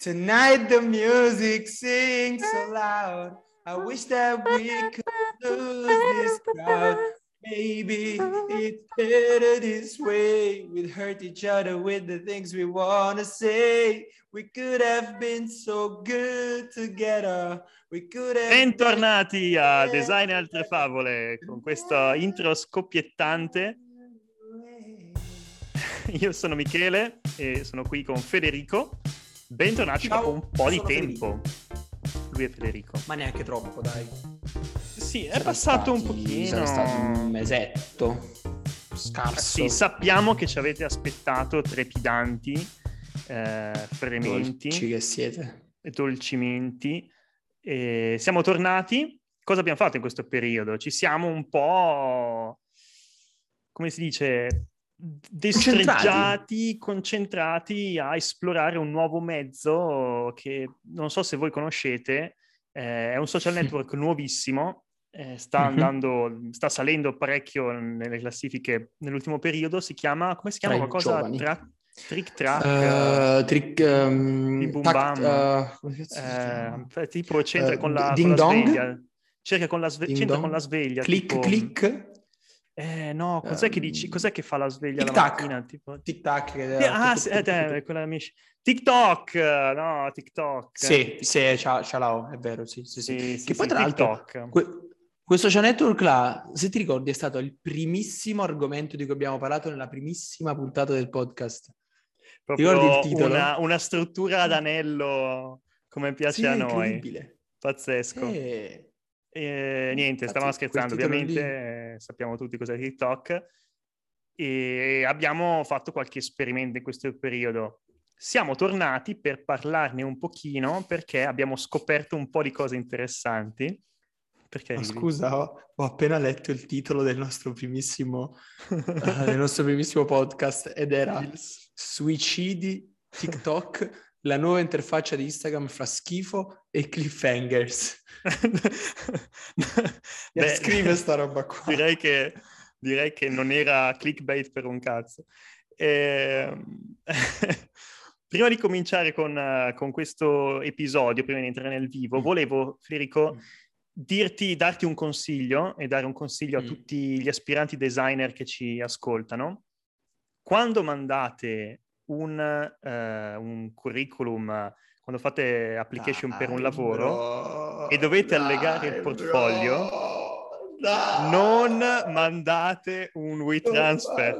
Tonight the music sings so loud. I wish that we could lose this crowd. Maybe it's better this way. We hurt each other with the things we wanna say. We could have been so good together. We could have Bentornati a Design e altre favole con questo intro scoppiettante. Io sono Michele e sono qui con Federico. Bentornati dopo un po' di tempo. Federico. Lui è Federico. Ma neanche troppo, dai. Sì, è passato un pochino. Sarà stato un mesetto scarso. Sì, sappiamo che ci avete aspettato trepidanti, frementi. Dolci che siete. E dolcimenti. E siamo tornati. Cosa abbiamo fatto in questo periodo? Ci siamo un po', come si dice, destreggiati, concentrati a esplorare un nuovo mezzo che non so se voi conoscete, è un social network nuovissimo, sta salendo parecchio nelle classifiche nell'ultimo periodo. Si chiama, come si chiama? Qualcosa? Trick Track, Bim Bum Bam, tipo c'entra con la sveglia, c'entra con la sveglia, click tipo, click. No, cos'è che dici? Cos'è che fa la sveglia tic la tac. Mattina? Tipo... Tic tac. Quella TikTok, no, TikTok. Sì, ce l'ho, è vero, sì. Che poi tra l'altro questo social network là, se ti ricordi, è stato il primissimo argomento di cui abbiamo parlato nella primissima puntata del podcast. Proprio ricordi il titolo? Una struttura ad anello come piace a noi. Incredibile. Pazzesco. Niente, stavamo scherzando, ovviamente sappiamo tutti cos'è TikTok e abbiamo fatto qualche esperimento in questo periodo. Siamo tornati per parlarne un pochino perché abbiamo scoperto un po' di cose interessanti. Perché scusa, ho appena letto il titolo del nostro primissimo podcast ed era Suicidi TikTok, la nuova interfaccia di Instagram fra schifo e cliffhangers. Scrive sta roba qua. Direi che non era clickbait per un cazzo. Prima di cominciare con questo episodio, prima di entrare nel vivo, volevo, Federico, darti un consiglio e dare un consiglio a tutti gli aspiranti designer che ci ascoltano. Quando mandate un curriculum, quando fate application per un lavoro e dovete allegare il portfolio, non mandate un WeTransfer.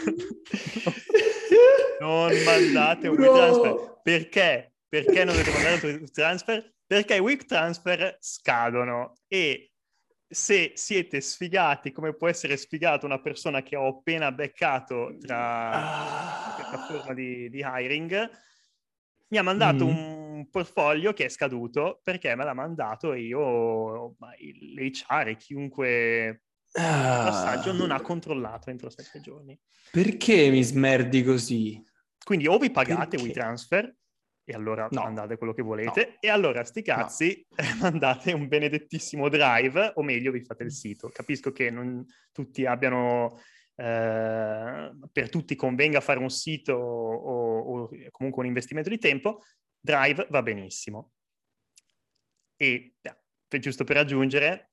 Non mandate un WeTransfer. Perché? Perché non dovete mandare un WeTransfer? Perché i WeTransfer scadono e se siete sfigati, come può essere sfigato una persona che ho appena beccato tra la piattaforma di hiring, mi ha mandato un portfolio che è scaduto perché me l'ha mandato e io, l'HR, chiunque passaggio non ha controllato entro 7 giorni. Perché mi smerdi così? Quindi o vi pagate WeTransfer e allora mandate quello che volete, e allora sti cazzi mandate un benedettissimo Drive, o meglio vi fate il sito. Capisco che non tutti abbiano, per tutti convenga fare un sito o comunque un investimento di tempo. Drive va benissimo. E giusto per aggiungere,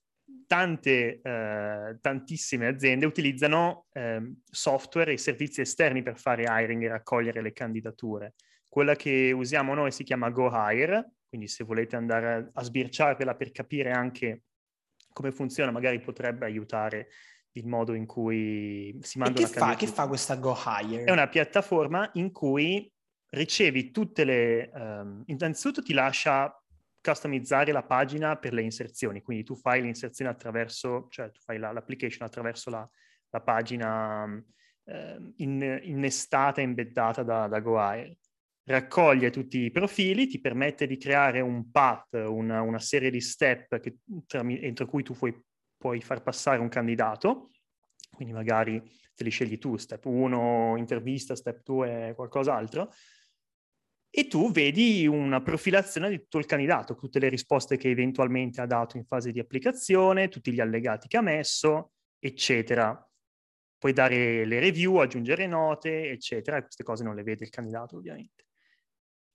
tantissime aziende utilizzano software e servizi esterni per fare hiring e raccogliere le candidature. Quella che usiamo noi si chiama GoHire, quindi se volete andare a sbirciarvela per capire anche come funziona, magari potrebbe aiutare il modo in cui si manda una candidatura. Che fa questa GoHire? È una piattaforma in cui ricevi tutte le... innanzitutto ti lascia customizzare la pagina per le inserzioni, quindi tu fai l'inserzione attraverso, cioè tu fai l'application attraverso la pagina innestata e embeddata da GoHire. Raccoglie tutti i profili, ti permette di creare un path, una serie di step entro cui tu puoi far passare un candidato, quindi magari te li scegli tu, step 1 intervista, step 2 qualcos'altro, e tu vedi una profilazione di tutto il candidato, tutte le risposte che eventualmente ha dato in fase di applicazione, tutti gli allegati che ha messo, eccetera. Puoi dare le review, aggiungere note, eccetera, e queste cose non le vede il candidato ovviamente.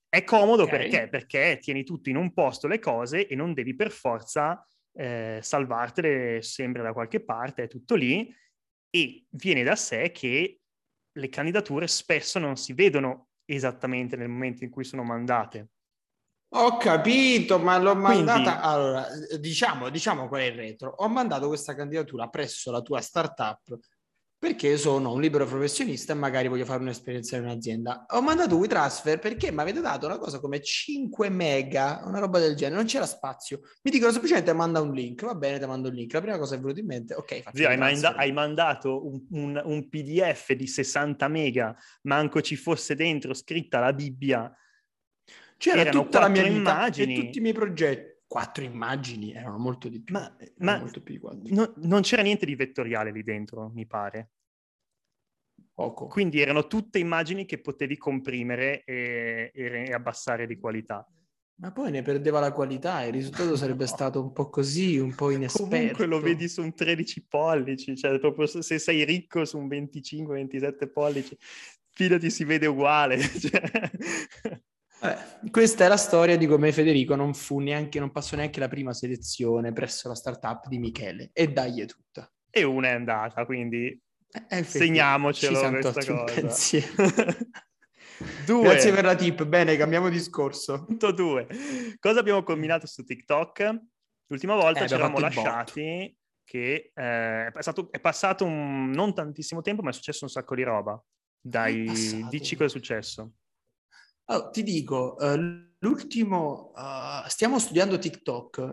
È comodo Ok. perché tieni tutto in un posto le cose e non devi per forza salvartele sempre da qualche parte, è tutto lì, e viene da sé che le candidature spesso non si vedono esattamente nel momento in cui sono mandate. Ho capito, ma l'ho mandata. Quindi, Allora, diciamo qual è il retro. Ho mandato questa candidatura presso la tua startup perché sono un libero professionista e magari voglio fare un'esperienza in un'azienda. Ho mandato WeTransfer perché mi avete dato una cosa come 5 mega, una roba del genere, non c'era spazio. Mi dicono semplicemente manda un link, va bene, ti mando il link. La prima cosa che è venuta in mente, ok, faccio zio, WeTransfer. hai mandato un PDF di 60 mega, manco ci fosse dentro scritta la Bibbia. C'era Erano tutta la mia 4 vita e tutti immagini. i miei progetti. 4 immagini, erano molto di più, erano Ma molto più di 4. non c'era niente di vettoriale lì dentro, mi pare. Poco. Quindi erano tutte immagini che potevi comprimere e abbassare di qualità. Ma poi ne perdeva la qualità, il risultato sarebbe No. stato un po' così, un po' Comunque lo vedi inesperto. su un 13 pollici, cioè proprio se sei ricco su un 25-27 pollici, fidati si vede uguale. Cioè. Questa è la storia di come Federico non passò neanche la prima selezione presso la startup di Michele. E dai è tutta. E una è andata, quindi Effettivamente, ci segniamocelo siamo questa tolti un cosa. pensiero. Grazie per Due. la tip. Bene, cambiamo discorso. Punto due. Cosa abbiamo combinato su TikTok? L'ultima volta ci Abbiamo eravamo fatto il botto. lasciati che è passato non tantissimo tempo, ma è successo un sacco di roba. È Dici cosa è passato. successo. Allora, ti dico, l'ultimo, stiamo studiando TikTok,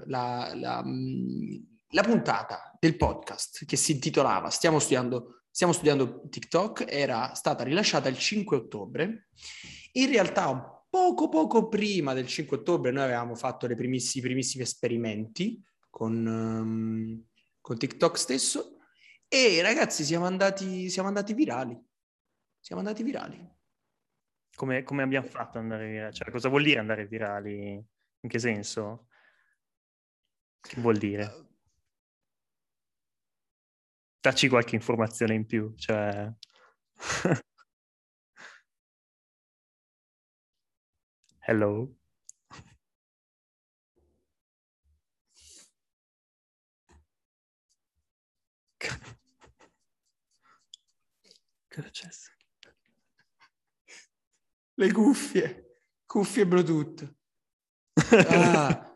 la puntata del podcast che si intitolava stiamo studiando TikTok, era stata rilasciata il 5 ottobre. In realtà, poco prima del 5 ottobre, noi avevamo fatto i primissimi esperimenti con TikTok stesso e ragazzi siamo andati virali. Siamo andati virali. Come abbiamo fatto ad andare virali? Cioè, cosa vuol dire andare virali? In che senso? Che vuol dire? Dacci qualche informazione in più. Cioè. Hello? Cosa è successo? Le cuffie Bluetooth. Ah,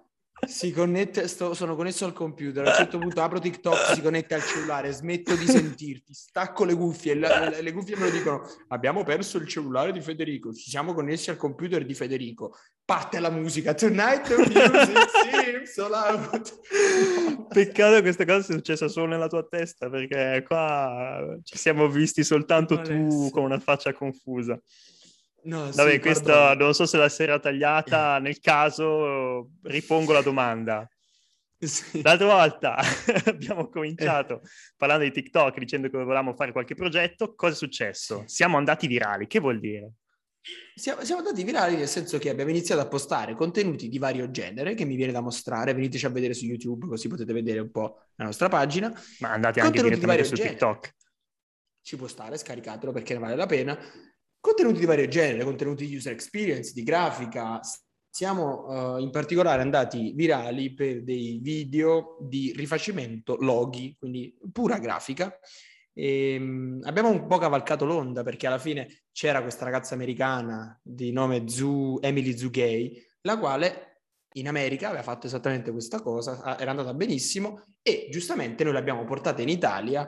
sono connesso al computer. A un certo punto apro TikTok, si connette al cellulare, smetto di sentirti, stacco le cuffie. Le cuffie me lo dicono: abbiamo perso il cellulare di Federico. Ci siamo connessi al computer di Federico. Parte la musica. Tonight the music seems so loud. No, Peccato che questa cosa sia successa solo nella tua testa, perché qua ci siamo visti che soltanto tu con malessere. una faccia confusa. No, sì, Vabbè, questo pardon. non so se la sera tagliata, nel caso ripongo la domanda. Sì. L'altra volta abbiamo Eh. cominciato parlando di TikTok, dicendo che volevamo fare qualche progetto. Cosa è successo? Sì. Siamo andati virali. Che vuol dire? Siamo andati virali nel senso che abbiamo iniziato a postare contenuti di vario genere che mi viene da mostrare, veniteci a vedere su YouTube così potete vedere un po' la nostra pagina, Ma andate anche contenuti di direttamente vario su genere, TikTok. ci può stare, scaricatelo perché ne vale la pena, contenuti di vario genere, contenuti di user experience, di grafica, siamo in particolare andati virali per dei video di rifacimento loghi, quindi pura grafica. Abbiamo un po' cavalcato l'onda perché alla fine c'era questa ragazza americana di nome Emily Zugay, la quale in America aveva fatto esattamente questa cosa, era andata benissimo e giustamente noi l'abbiamo portata in Italia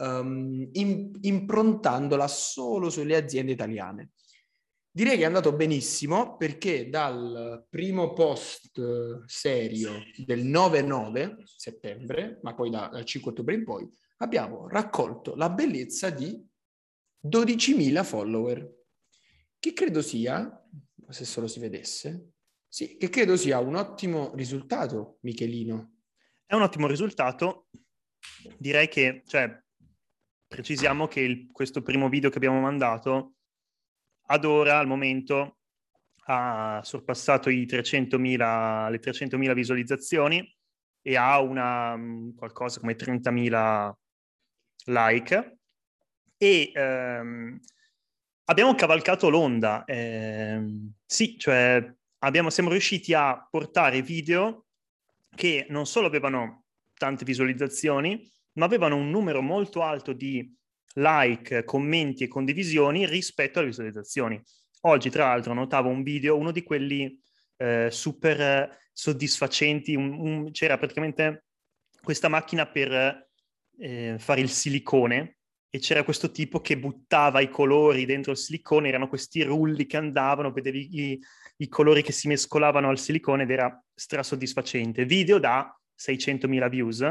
improntandola solo sulle aziende italiane. Direi che è andato benissimo perché dal primo post serio del 9-9 settembre, ma poi dal 5 ottobre in poi, abbiamo raccolto la bellezza di 12.000 follower, che credo sia, se solo si vedesse, sì, che credo sia un ottimo risultato, Michelino. È un ottimo risultato. Direi che, cioè, precisiamo che questo primo video che abbiamo mandato ad ora, al momento, ha sorpassato le 300.000 visualizzazioni e ha qualcosa come 30.000 like. E abbiamo cavalcato l'onda. Sì, cioè siamo riusciti a portare video che non solo avevano tante visualizzazioni, ma avevano un numero molto alto di like, commenti e condivisioni rispetto alle visualizzazioni. Oggi, tra l'altro, notavo un video, uno di quelli super soddisfacenti, c'era praticamente questa macchina per fare il silicone e c'era questo tipo che buttava i colori dentro il silicone, erano questi rulli che andavano, vedevi i colori che si mescolavano al silicone ed era strasoddisfacente. Video da 600.000 views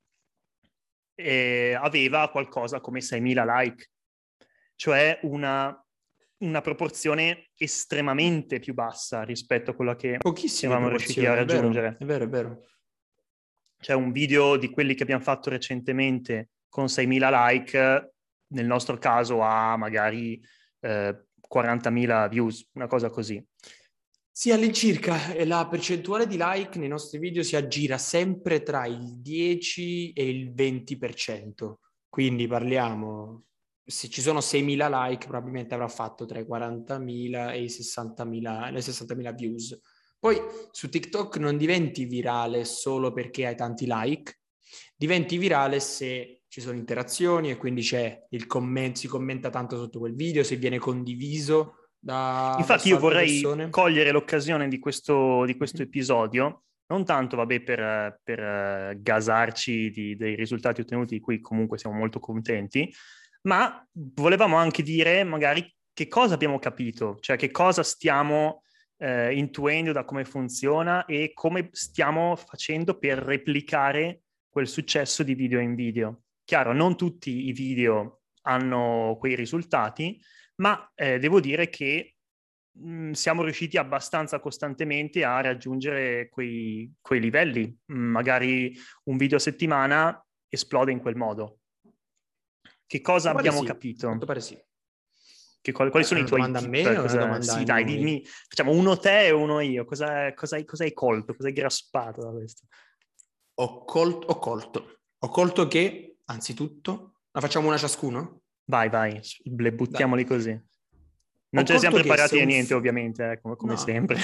e aveva qualcosa come 6.000 like, cioè una proporzione estremamente più bassa rispetto a quella che eravamo riusciti a raggiungere. È vero, è vero. C'è un video di quelli che abbiamo fatto recentemente con 6.000 like, nel nostro caso ha magari 40.000 views, una cosa così. Sì, all'incirca, e la percentuale di like nei nostri video si aggira sempre tra il 10 e il 20%. Quindi parliamo, se ci sono 6.000 like, probabilmente avrà fatto tra i 40.000 e i 60.000 views. Poi su TikTok non diventi virale solo perché hai tanti like, diventi virale se ci sono interazioni e quindi c'è il commento, si commenta tanto sotto quel video, se viene condiviso Infatti io vorrei persone. cogliere l'occasione di questo episodio, non tanto per gasarci dei risultati ottenuti, di cui comunque siamo molto contenti, ma volevamo anche dire magari che cosa abbiamo capito, cioè che cosa stiamo intuendo da come funziona e come stiamo facendo per replicare quel successo di video in video. Chiaro, non tutti i video hanno quei risultati, ma devo dire che siamo riusciti abbastanza costantemente a raggiungere quei livelli. Magari un video a settimana esplode in quel modo. Che cosa abbiamo capito? Quanto pare sì. Quali sono i tuoi domanda tip? a me o una domanda sì, a dai, noi? dimmi. Facciamo uno te e uno io. Cosa hai colto? Cosa hai graspato da questo? Ho colto che, anzitutto, la facciamo una ciascuno? Vai, buttiamoli così. Non ce ne siamo colto preparati a niente, ovviamente, come no. sempre.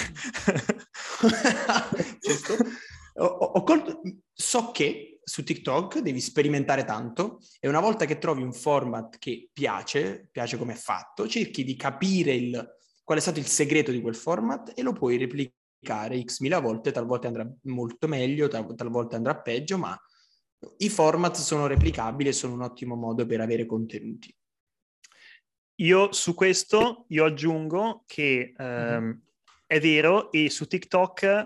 Giusto. So che su TikTok devi sperimentare tanto e una volta che trovi un format che piace come è fatto, cerchi di capire qual è stato il segreto di quel format e lo puoi replicare x mila volte, talvolta andrà molto meglio, talvolta andrà peggio, ma i format sono replicabili e sono un ottimo modo per avere contenuti. Io su questo aggiungo che è vero, e su TikTok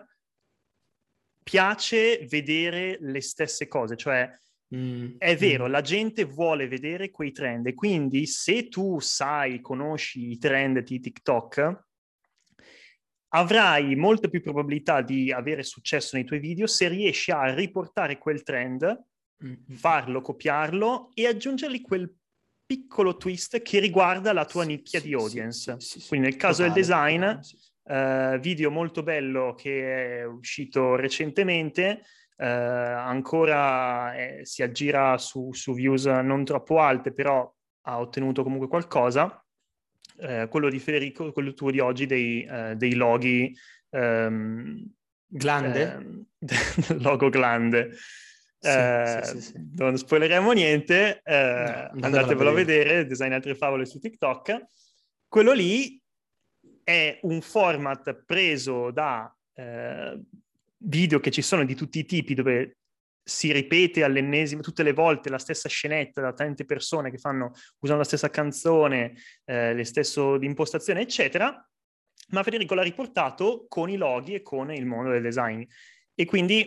piace vedere le stesse cose, cioè è vero, la gente vuole vedere quei trend e quindi se tu conosci i trend di TikTok, avrai molta più probabilità di avere successo nei tuoi video se riesci a riportare quel trend, farlo, copiarlo e aggiungergli quel piccolo twist che riguarda la tua nicchia di audience. Quindi nel caso del design, video molto bello che è uscito recentemente, ancora si aggira su views non troppo alte, però ha ottenuto comunque qualcosa. Quello di Federico, quello tuo di oggi dei loghi glande? Logo glande. Sì. Non spoileremo niente, No, andatevelo a vedere, Design Altre Favole su TikTok. Quello lì è un format preso da video che ci sono di tutti i tipi, dove si ripete all'ennesima tutte le volte la stessa scenetta da tante persone che usano la stessa canzone, le stesse impostazioni, eccetera, ma Federico l'ha riportato con i loghi e con il mondo del design. E quindi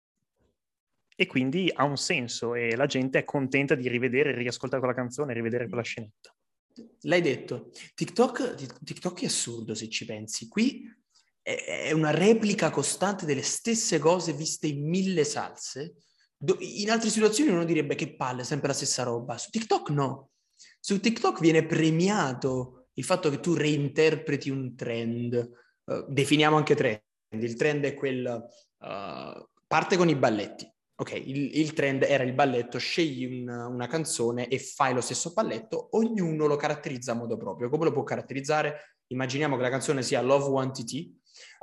ha un senso e la gente è contenta di rivedere, riascoltare quella canzone, rivedere quella scenetta. L'hai detto. TikTok è assurdo se ci pensi. Qui è una replica costante delle stesse cose viste in 1000 salse. In altre situazioni uno direbbe che palle, sempre la stessa roba. Su TikTok no. Su TikTok viene premiato il fatto che tu reinterpreti un trend. Definiamo anche trend. Il trend è parte con i balletti. Ok, il trend era il balletto, scegli una canzone e fai lo stesso balletto, ognuno lo caratterizza a modo proprio. Come lo può caratterizzare? Immaginiamo che la canzone sia Love One TT.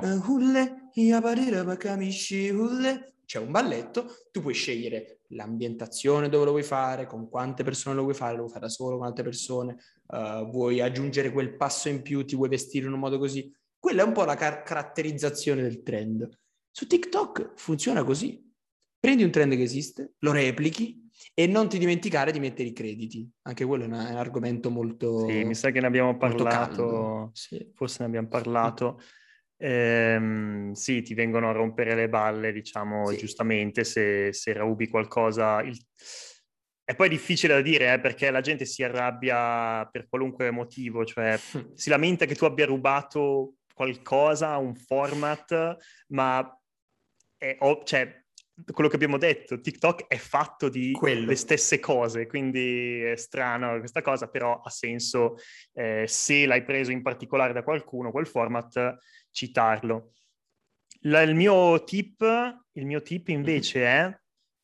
C'è un balletto, tu puoi scegliere l'ambientazione dove lo vuoi fare, con quante persone lo vuoi fare da solo, con altre persone, vuoi aggiungere quel passo in più, ti vuoi vestire in un modo così. Quella è un po' la caratterizzazione del trend. Su TikTok funziona così. Prendi un trend che esiste, lo replichi e non ti dimenticare di mettere i crediti. Anche quello è un argomento Sì, mi molto, sa che ne abbiamo molto caldo. parlato, Sì. forse ne abbiamo parlato. Sì, ti vengono a rompere le balle, diciamo, Sì. giustamente, se rubi qualcosa. E poi è difficile da dire, perché la gente si arrabbia per qualunque motivo, cioè si lamenta che tu abbia rubato qualcosa, un format, ma cioè, quello che abbiamo detto, TikTok è fatto di le Quello. stesse cose, quindi è strano questa cosa, però ha senso, se l'hai preso in particolare da qualcuno, quel format, citarlo. Il mio tip invece è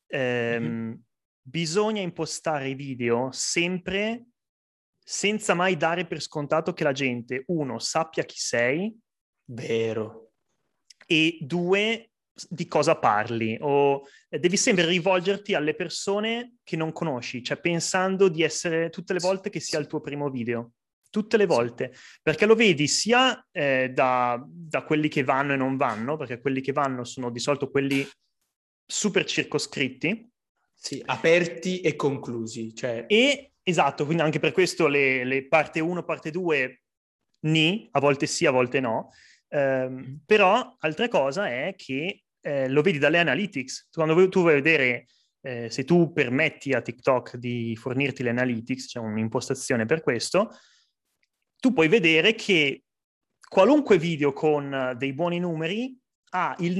bisogna impostare i video sempre senza mai dare per scontato che la gente, uno, sappia chi sei, Vero. e due, di cosa parli, o devi sempre rivolgerti alle persone che non conosci, cioè pensando di essere tutte le volte che sia il tuo primo video, tutte le Sì. volte, perché lo vedi sia da quelli che vanno e non vanno, perché quelli che vanno sono di solito quelli super circoscritti, Sì, aperti e conclusi. Cioè, e esatto, quindi anche per questo le parte 1, parte 2, a volte sì, a volte no. Però altra cosa è che lo vedi dalle analytics. Quando tu vuoi vedere, se tu permetti a TikTok di fornirti le analytics, c'è un'impostazione per questo, tu puoi vedere che qualunque video con dei buoni numeri ha il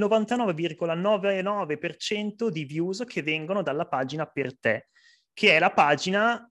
99,99% di views che vengono dalla pagina per te, che è la pagina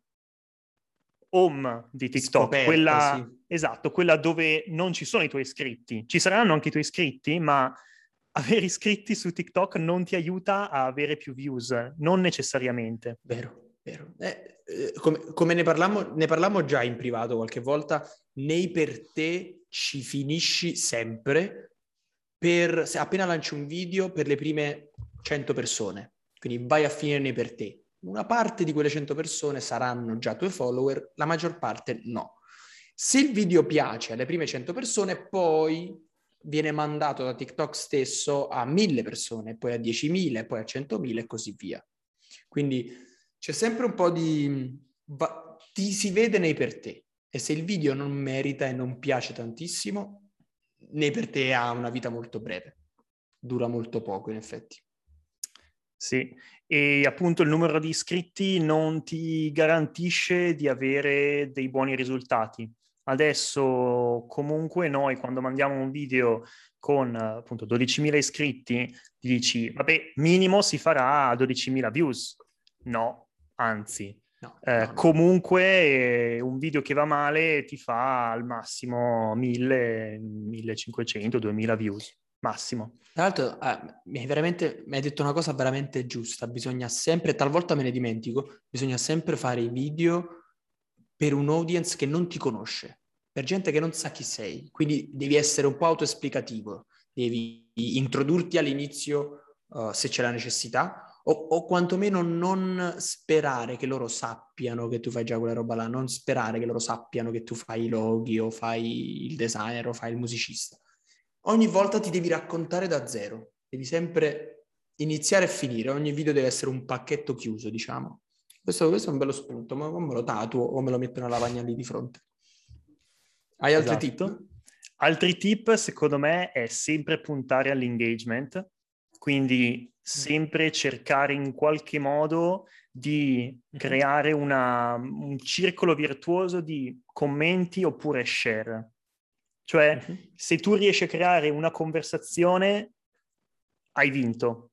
home di TikTok, scoperta, quella, sì. esatto, quella dove non ci sono i tuoi iscritti. Ci saranno anche i tuoi iscritti, ma avere iscritti su TikTok non ti aiuta a avere più views, non necessariamente. Vero, vero. Come ne parlammo già in privato qualche volta, nei per te ci finisci sempre se appena lanci un video per le prime 100 persone. Quindi vai a finire nei per te. Una parte di quelle 100 persone saranno già tuoi follower, la maggior parte no. Se il video piace alle prime 100 persone, poi viene mandato da TikTok stesso a 1000 persone, poi a 10.000, poi a 100.000 e così via. Quindi c'è sempre un po' ti si vede nei per te, e se il video non merita e non piace tantissimo, nei per te ha una vita molto breve, dura molto poco in effetti. Sì, e appunto il numero di iscritti non ti garantisce di avere dei buoni risultati. Adesso comunque noi quando mandiamo un video con appunto 12.000 iscritti, ti dici, vabbè, minimo si farà 12.000 views. No, anzi, No, no, no. comunque un video che va male ti fa al massimo 1.000, 1.500, 2.000 views, massimo. Tra l'altro, mi hai detto una cosa veramente giusta. Bisogna sempre, talvolta me ne dimentico, bisogna sempre fare i video per un audience che non ti conosce, per gente che non sa chi sei. Quindi devi essere un po' autoesplicativo, devi introdurti all'inizio, se c'è la necessità, o quantomeno non sperare che loro sappiano che tu fai già quella roba là, non sperare che loro sappiano che tu fai i loghi o fai il designer o fai il musicista. Ogni volta ti devi raccontare da zero, devi sempre iniziare e finire, ogni video deve essere un pacchetto chiuso, diciamo. Questo è un bello spunto, ma me lo tatuo o me lo metto nella lavagna lì di fronte. Hai altri tip? Esatto. Altri tip, secondo me, è sempre puntare all'engagement, quindi sempre cercare in qualche modo di creare un circolo virtuoso di commenti oppure share. Cioè, se tu riesci a creare una conversazione, hai vinto.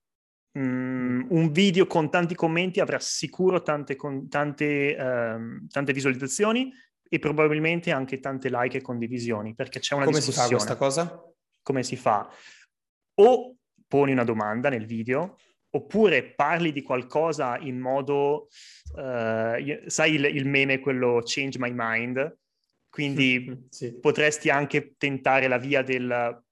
Un video con tanti commenti avrà sicuro tante visualizzazioni e probabilmente anche tante like e condivisioni, perché c'è una Come si fa questa discussione. cosa? Come si fa? O poni una domanda nel video, oppure parli di qualcosa in modo, sai il meme, quello change my mind, quindi Sì. potresti anche tentare la via del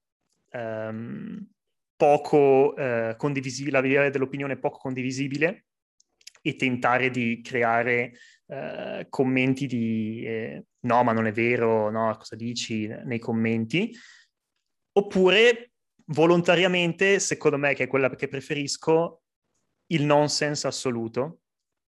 poco condivisibile, la via dell'opinione poco condivisibile, e tentare di creare commenti di no, ma non è vero, no, cosa dici nei commenti, oppure volontariamente, secondo me, che è quella che preferisco, il nonsense assoluto.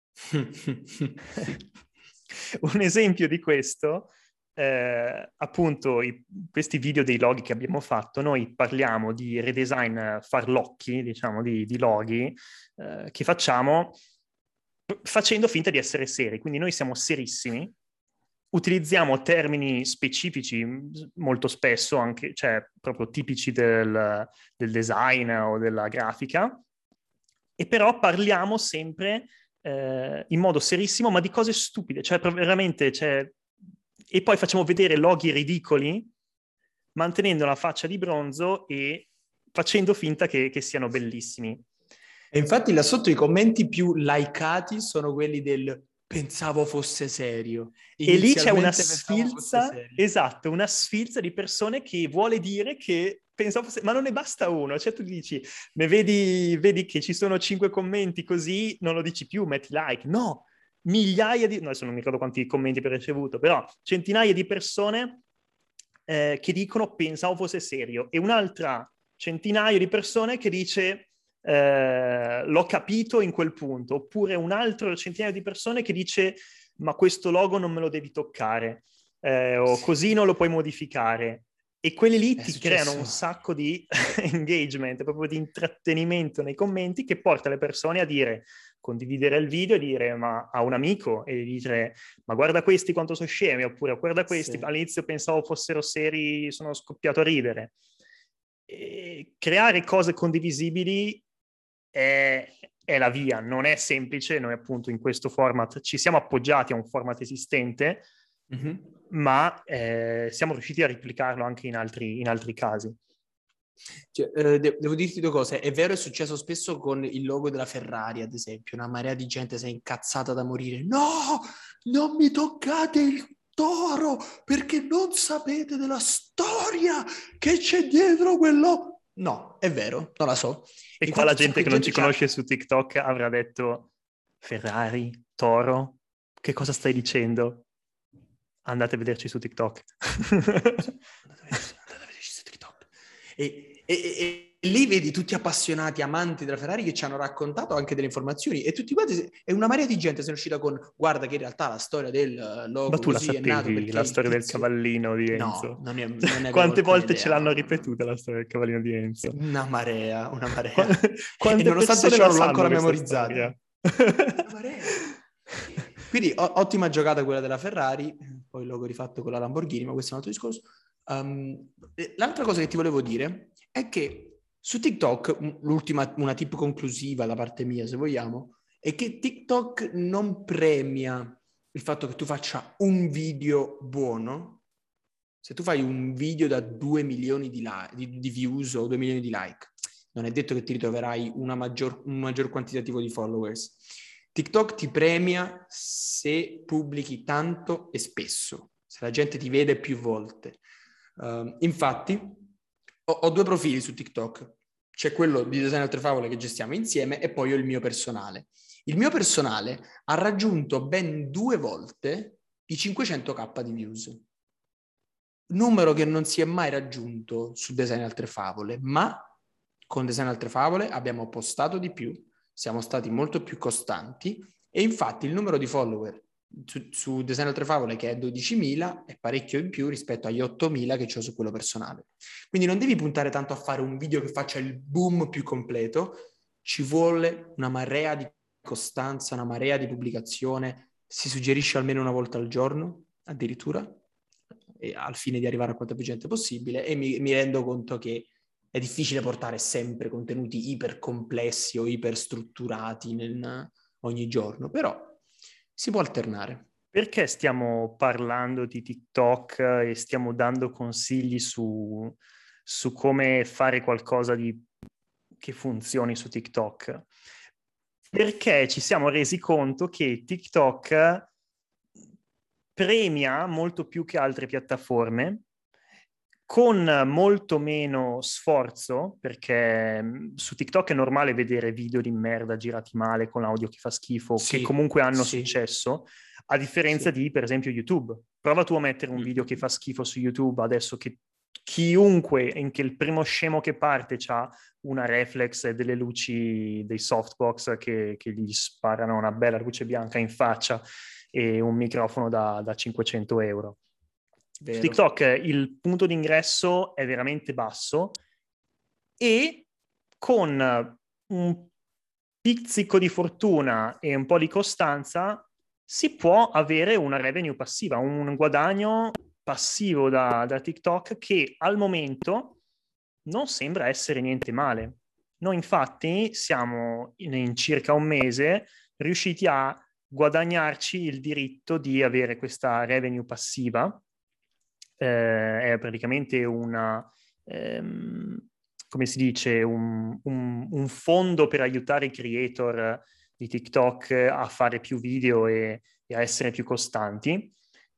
Un esempio di questo, appunto, questi video dei loghi che abbiamo fatto, noi parliamo di redesign farlocchi, diciamo, di loghi che facciamo facendo finta di essere seri. Quindi noi siamo serissimi, utilizziamo termini specifici molto spesso, anche, cioè proprio tipici del design o della grafica, e però parliamo sempre in modo serissimo, ma di cose stupide, cioè veramente, cioè, e poi facciamo vedere loghi ridicoli, mantenendo la faccia di bronzo e facendo finta che siano bellissimi. E infatti là sotto i commenti più likeati sono quelli del pensavo fosse serio. E lì c'è una Pensavo fosse sfilza, serio. esatto, una sfilza di persone che vuole dire che pensavo fosse... Ma non ne basta uno, cioè tu dici, ne vedi che ci sono 5 commenti così, non lo dici più, metti like. No, migliaia di... No, adesso non mi ricordo quanti commenti ho ricevuto, però centinaia di persone che dicono pensavo fosse serio, e un'altra centinaio di persone che dice... l'ho capito in quel punto, oppure un altro centinaio di persone che dice ma questo logo non me lo devi toccare, o così non lo puoi modificare, e quelli lì ti creano un sacco di engagement, proprio di intrattenimento nei commenti, che porta le persone a dire, condividere il video e dire ma a un amico e dire ma guarda questi quanto sono scemi, oppure guarda questi, all'inizio pensavo fossero seri, sono scoppiato a ridere. E creare cose condivisibili è la via, non è semplice. Noi appunto in questo format ci siamo appoggiati a un format esistente, ma siamo riusciti a replicarlo anche in altri casi. Cioè, devo dirti due cose. È vero, è successo spesso con il logo della Ferrari, ad esempio. Una marea di gente si è incazzata da morire. No, non mi toccate il toro, perché non sapete della storia che c'è dietro quello. No, è vero, non la so. E qua la gente che non ci conosce su TikTok avrà detto Ferrari, toro, che cosa stai dicendo? Andate a vederci su TikTok. Andate a vederci su TikTok. E lì vedi tutti appassionati, amanti della Ferrari, che ci hanno raccontato anche delle informazioni, e tutti quanti, e una marea di gente se ne è uscita con guarda che in realtà la storia del logo ma tu così la è nato sapevi, perché la storia del cavallino di Enzo? No, non ne Quante volte idea, ce l'hanno ripetuta la storia del cavallino di Enzo? Una marea. Quante E nonostante persone ciò la non l'ho sanno ancora questa memorizzata. storia? Una marea. Quindi ottima giocata quella della Ferrari, poi il logo rifatto con la Lamborghini, ma questo è un altro discorso. L'altra cosa che ti volevo dire è che su TikTok, una tip conclusiva da parte mia, se vogliamo, è che TikTok non premia il fatto che tu faccia un video buono. Se tu fai un video da 2 milioni di views o 2 milioni di like, non è detto che ti ritroverai un maggior quantitativo di followers. TikTok ti premia se pubblichi tanto e spesso, se la gente ti vede più volte. Infatti, ho 2 profili su TikTok. C'è quello di Design Altre Favole che gestiamo insieme, e poi ho il mio personale. Il mio personale ha raggiunto ben 2 volte i 500k di views. Numero che non si è mai raggiunto su Design Altre Favole, ma con Design Altre Favole abbiamo postato di più, siamo stati molto più costanti, e infatti il numero di follower su Design Altre Favole, che è 12.000, è parecchio in più rispetto agli 8.000 che ho su quello personale. Quindi non devi puntare tanto a fare un video che faccia il boom più completo, ci vuole una marea di costanza, una marea di pubblicazione, si suggerisce almeno una volta al giorno, addirittura, al fine di arrivare a quanta più gente possibile, e mi rendo conto che è difficile portare sempre contenuti iper complessi o iper strutturati ogni giorno, però si può alternare. Perché stiamo parlando di TikTok e stiamo dando consigli su come fare qualcosa di che funzioni su TikTok, perché ci siamo resi conto che TikTok premia molto più che altre piattaforme, con molto meno sforzo, perché su TikTok è normale vedere video di merda girati male con audio che fa schifo, che Sì, comunque hanno sì, successo, a differenza sì. di, per esempio, YouTube. Prova tu a mettere un video che Mm. fa schifo su YouTube adesso che chiunque, in che il primo scemo che parte c'ha una reflex e delle luci, dei softbox che gli sparano una bella luce bianca in faccia e un microfono da 500 euro. Su Vero. TikTok il punto d'ingresso è veramente basso e con un pizzico di fortuna e un po' di costanza si può avere una revenue passiva, un guadagno passivo da TikTok che al momento non sembra essere niente male. Noi infatti siamo in circa un mese riusciti a guadagnarci il diritto di avere questa revenue passiva. È praticamente come si dice, un fondo per aiutare i creator di TikTok a fare più video e a essere più costanti.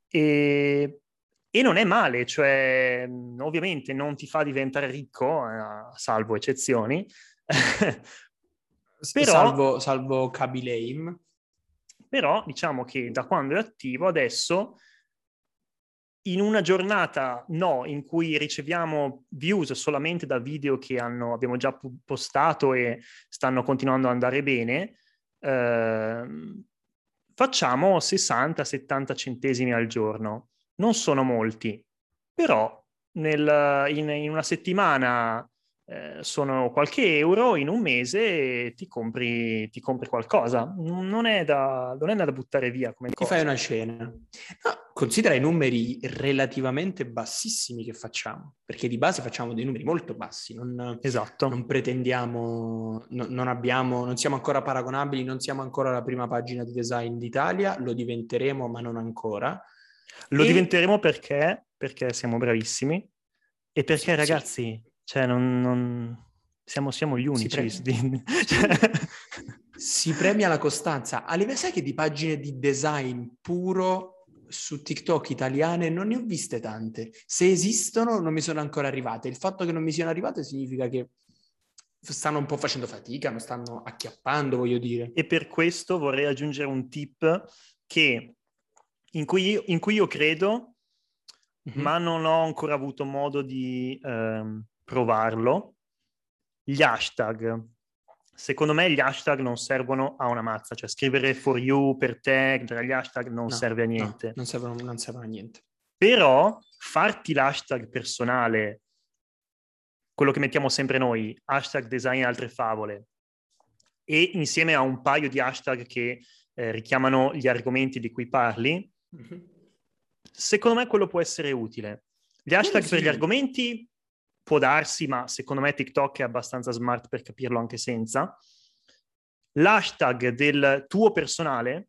E non è male, cioè ovviamente non ti fa diventare ricco, salvo eccezioni, però Salvo Kaby però diciamo che da quando è attivo adesso, in una giornata in cui riceviamo views solamente da video che abbiamo già postato e stanno continuando ad andare bene, facciamo 60-70 centesimi al giorno. Non sono molti, però in una settimana sono qualche euro, in un mese ti compri qualcosa. Non è da buttare via come ti fai cosa. una cena. No, considera i numeri relativamente bassissimi che facciamo, perché di base facciamo dei numeri molto bassi, Esatto. non pretendiamo, non siamo ancora paragonabili, non siamo ancora la prima pagina di design d'Italia, lo diventeremo, ma non ancora. Lo E diventeremo perché siamo bravissimi e perché, sì, ragazzi, cioè, siamo gli si, unici. pre- si premia la costanza. A livello, sai che di pagine di design puro su TikTok italiane non ne ho viste tante. Se esistono, non mi sono ancora arrivate. Il fatto che non mi siano arrivate significa che stanno un po' facendo fatica, non stanno acchiappando, voglio dire. E per questo vorrei aggiungere un tip in cui io credo, ma Mhm. non ho ancora avuto modo di provarlo. Gli hashtag. Secondo me gli hashtag non servono a una mazza, cioè scrivere for you per te tra gli hashtag non No, serve a no, niente. non servono a niente. Però farti l'hashtag personale, quello che mettiamo sempre noi, hashtag design e altre favole, e insieme a un paio di hashtag che richiamano gli argomenti di cui parli, Mhm. secondo me quello può essere utile. Gli Quello hashtag per gli sì. argomenti può darsi, ma secondo me TikTok è abbastanza smart per capirlo anche senza. L'hashtag del tuo personale,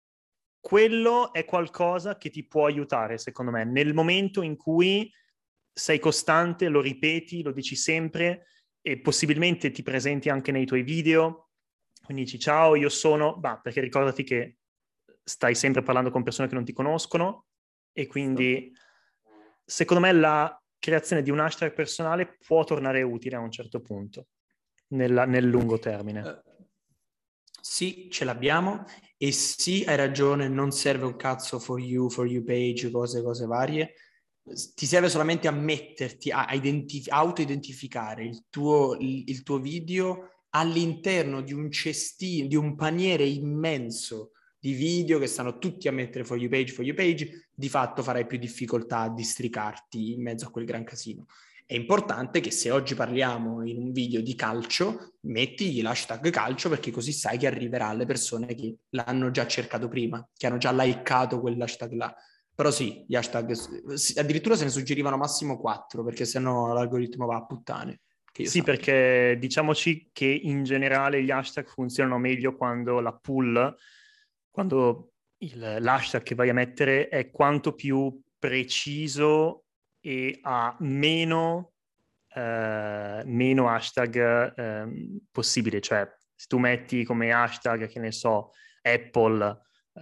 quello è qualcosa che ti può aiutare, secondo me, nel momento in cui sei costante, lo ripeti, lo dici sempre e possibilmente ti presenti anche nei tuoi video, quindi dici ciao, io sono, perché ricordati che stai sempre parlando con persone che non ti conoscono e quindi secondo me la creazione di un hashtag personale può tornare utile a un certo punto, nel lungo termine. Sì, ce l'abbiamo e sì, hai ragione, non serve un cazzo for you page, cose varie. Ti serve solamente a metterti, a auto-identificare il tuo video all'interno di un cestino, di un paniere immenso di video che stanno tutti a mettere for you page, di fatto farai più difficoltà a districarti in mezzo a quel gran casino. È importante che se oggi parliamo in un video di calcio, metti l'hashtag calcio perché così sai che arriverà alle persone che l'hanno già cercato prima, che hanno già likeato quell'hashtag là. Però sì, gli hashtag, addirittura se ne suggerivano massimo 4 perché sennò l'algoritmo va a puttane. Che io Sì, sappia. perché diciamoci che in generale gli hashtag funzionano meglio quando la pull, quando l'hashtag che vai a mettere è quanto più preciso e ha meno meno hashtag possibile. Cioè, se tu metti come hashtag, che ne so, Apple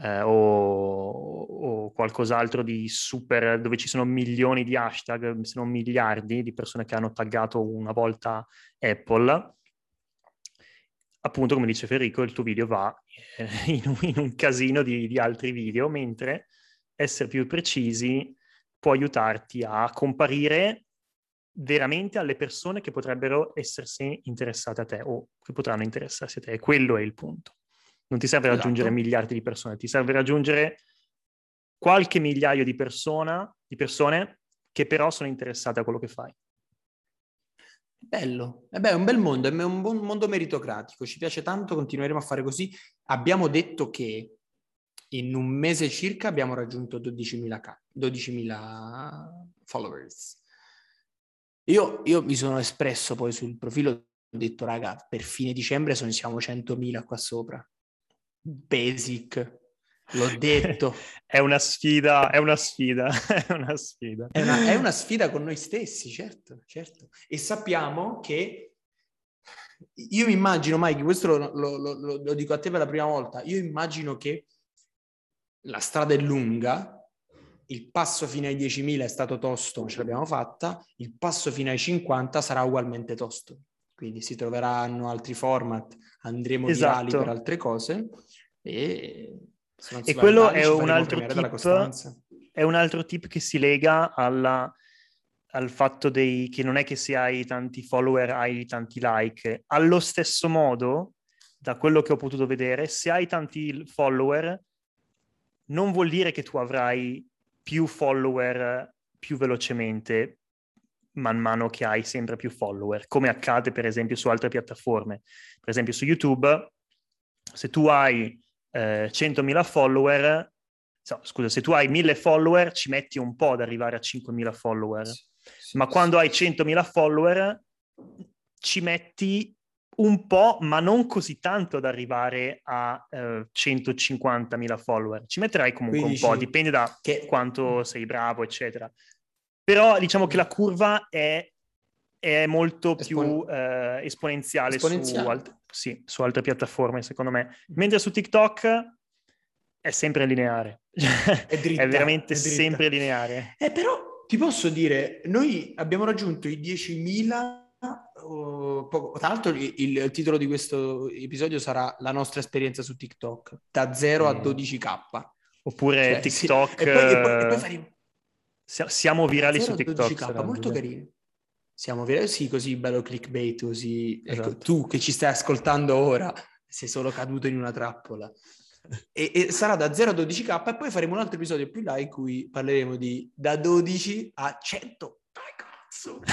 o qualcos'altro di super, dove ci sono milioni di hashtag, se non miliardi di persone che hanno taggato una volta Apple, appunto, come dice Federico, il tuo video va in un casino di altri video, mentre essere più precisi può aiutarti a comparire veramente alle persone che potrebbero essersi interessate a te o che potranno interessarsi a te. E quello è il punto. Non ti serve raggiungere miliardi di persone, ti serve raggiungere qualche migliaio di persone che però sono interessate a quello che fai. Bello, è un bel mondo, è un buon mondo meritocratico, ci piace tanto, continueremo a fare così. Abbiamo detto che in un mese circa abbiamo raggiunto 12.000 followers. Io mi sono espresso poi sul profilo, ho detto raga, per fine dicembre siamo 100.000 qua sopra. Basic, l'ho detto. È una sfida, è una sfida. È una sfida con noi stessi, certo. E sappiamo che, io mi immagino, Mike, questo lo dico a te per la prima volta, io immagino che la strada è lunga, il passo fino ai 10.000 è stato tosto, ce l'abbiamo fatta, il passo fino ai 50 sarà ugualmente tosto. Quindi si troveranno altri format, andremo virali per altre cose e se non si va quello virali, è ci un faremo altro premiare dalla tip, costanza. è un altro tip che si lega al fatto che non è che se hai tanti follower hai tanti like. Allo stesso modo, da quello che ho potuto vedere, se hai tanti follower non vuol dire che tu avrai più follower più velocemente man mano che hai sempre più follower, come accade per esempio su altre piattaforme. Per esempio su YouTube, se tu hai 100.000 follower, scusa, se tu hai 1.000 follower ci metti un po' ad arrivare a 5.000 follower, ma quando hai 100.000 follower ci metti un po', ma non così tanto ad arrivare a 150.000 follower. Ci metterai comunque un po', dipende da quanto sei bravo, eccetera. Però diciamo che la curva è molto più esponenziale su altre piattaforme, secondo me. Mentre su TikTok è sempre lineare. È dritta, è veramente è dritta. sempre lineare. Però ti posso dire, noi abbiamo raggiunto i 10.000. Tra l'altro il titolo di questo episodio sarà la nostra esperienza su TikTok, da 0 a 12k. Oppure TikTok... Sì. E poi faremo... Siamo virali su TikTok. 12k, molto carino. Siamo virali, sì, così bello clickbait, così. Esatto. Ecco, tu che ci stai ascoltando ora sei solo caduto in una trappola. E sarà da 0 a 12k e poi faremo un altro episodio più là in cui parleremo di da 12 a 100. Cazzo!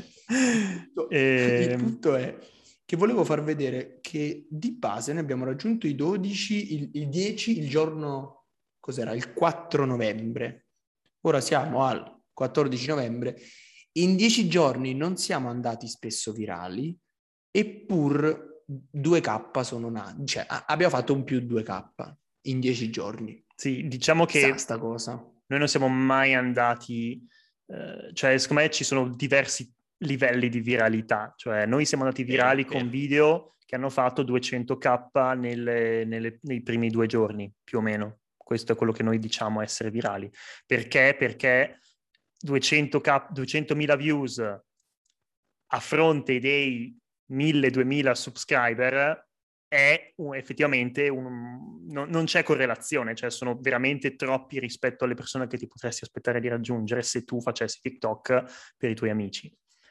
Il punto è che volevo far vedere che di base noi abbiamo raggiunto i 12, il 10 il giorno, cos'era? Il 4 novembre. Ora siamo al 14 novembre. In 10 giorni non siamo andati spesso virali, eppur 2K sono nati, cioè abbiamo fatto un più 2K in 10 giorni. Sì, diciamo che sta cosa. Noi non siamo mai andati, cioè secondo me ci sono diversi livelli di viralità, cioè noi siamo andati virali con video che hanno fatto 200k nei primi 2 giorni, più o meno. Questo è quello che noi diciamo essere virali. Perché? Perché 200.000 views a fronte dei 1.000-2.000 subscriber è effettivamente non c'è correlazione, cioè sono veramente troppi rispetto alle persone che ti potresti aspettare di raggiungere se tu facessi TikTok per i tuoi amici.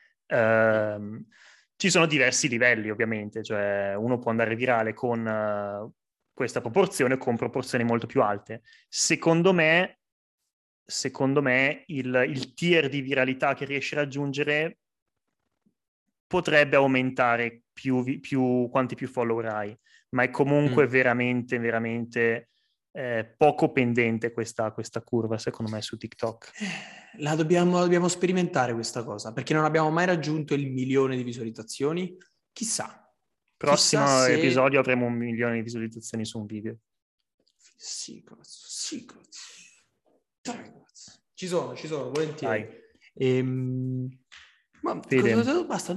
Ci sono diversi livelli ovviamente, cioè uno può andare virale con questa proporzione o con proporzioni molto più alte. Secondo me il tier di viralità che riesci a raggiungere potrebbe aumentare quanti più follower hai, ma è comunque veramente, veramente poco pendente questa curva, secondo me, su TikTok. La dobbiamo sperimentare questa cosa, perché non abbiamo mai raggiunto il 1.000.000 di visualizzazioni. Chissà. Prossimo episodio avremo 1.000.000 di visualizzazioni su un video. Sì, cazzo. Ci sono, volentieri. Ma Fede. basta,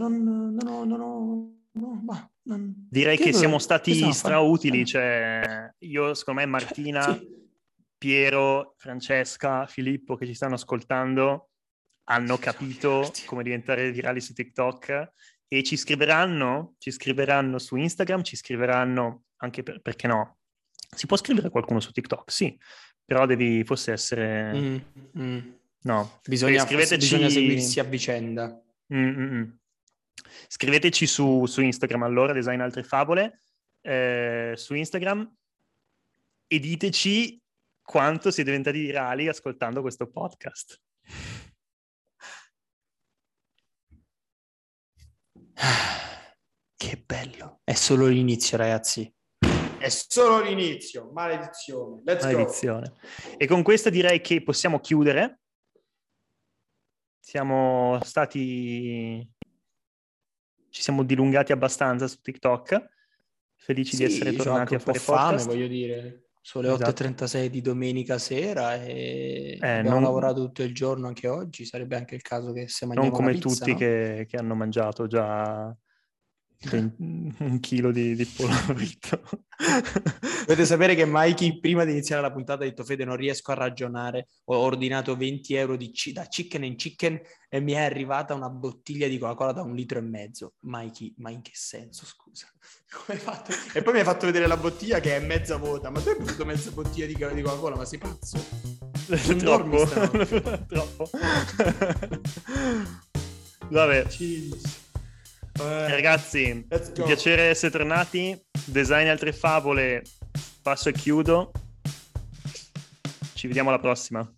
non. Direi che siamo Che stati stiamo a strautili, fare? cioè io secondo me Martina, Sì. Piero, Francesca, Filippo che ci stanno ascoltando hanno Sì, capito come diventare virali su TikTok e ci scriveranno su Instagram, ci scriveranno anche perché no? Si può scrivere qualcuno su TikTok, sì, però devi forse essere... Mm, mm. No, Bisogna scriveteci... seguirsi a vicenda. Scriveteci su Instagram allora, Design Altre Favole, su Instagram e diteci quanto siete diventati virali ascoltando questo podcast. Che bello. È solo l'inizio, ragazzi. È solo l'inizio. Maledizione. Let's go. Maledizione. E con questo direi che possiamo chiudere. Siamo stati... Ci siamo dilungati abbastanza su TikTok. Felici di essere tornati a fare fame, podcast. voglio dire. Sono le Esatto. 8:36 di domenica sera e abbiamo lavorato tutto il giorno anche oggi. Sarebbe anche il caso che se mangiamo non come una pizza, tutti no? che hanno mangiato già 1 chilo di pollo fritto. Dovete sapere che Mikey prima di iniziare la puntata ha detto: Fede, non riesco a ragionare, ho ordinato 20 euro da Chicken and Chicken e mi è arrivata una bottiglia di Coca-Cola da 1,5 litri. Mikey, ma in che senso, scusa? Come hai fatto? E poi mi hai fatto vedere la bottiglia che è mezza vuota. Ma tu hai bevuto mezza bottiglia di Coca-Cola? Ma sei pazzo? Non dormi stanotte. Troppo. Vabbè. Ragazzi, un piacere essere tornati. Design Altre Favole, passo e chiudo. Ci vediamo alla prossima.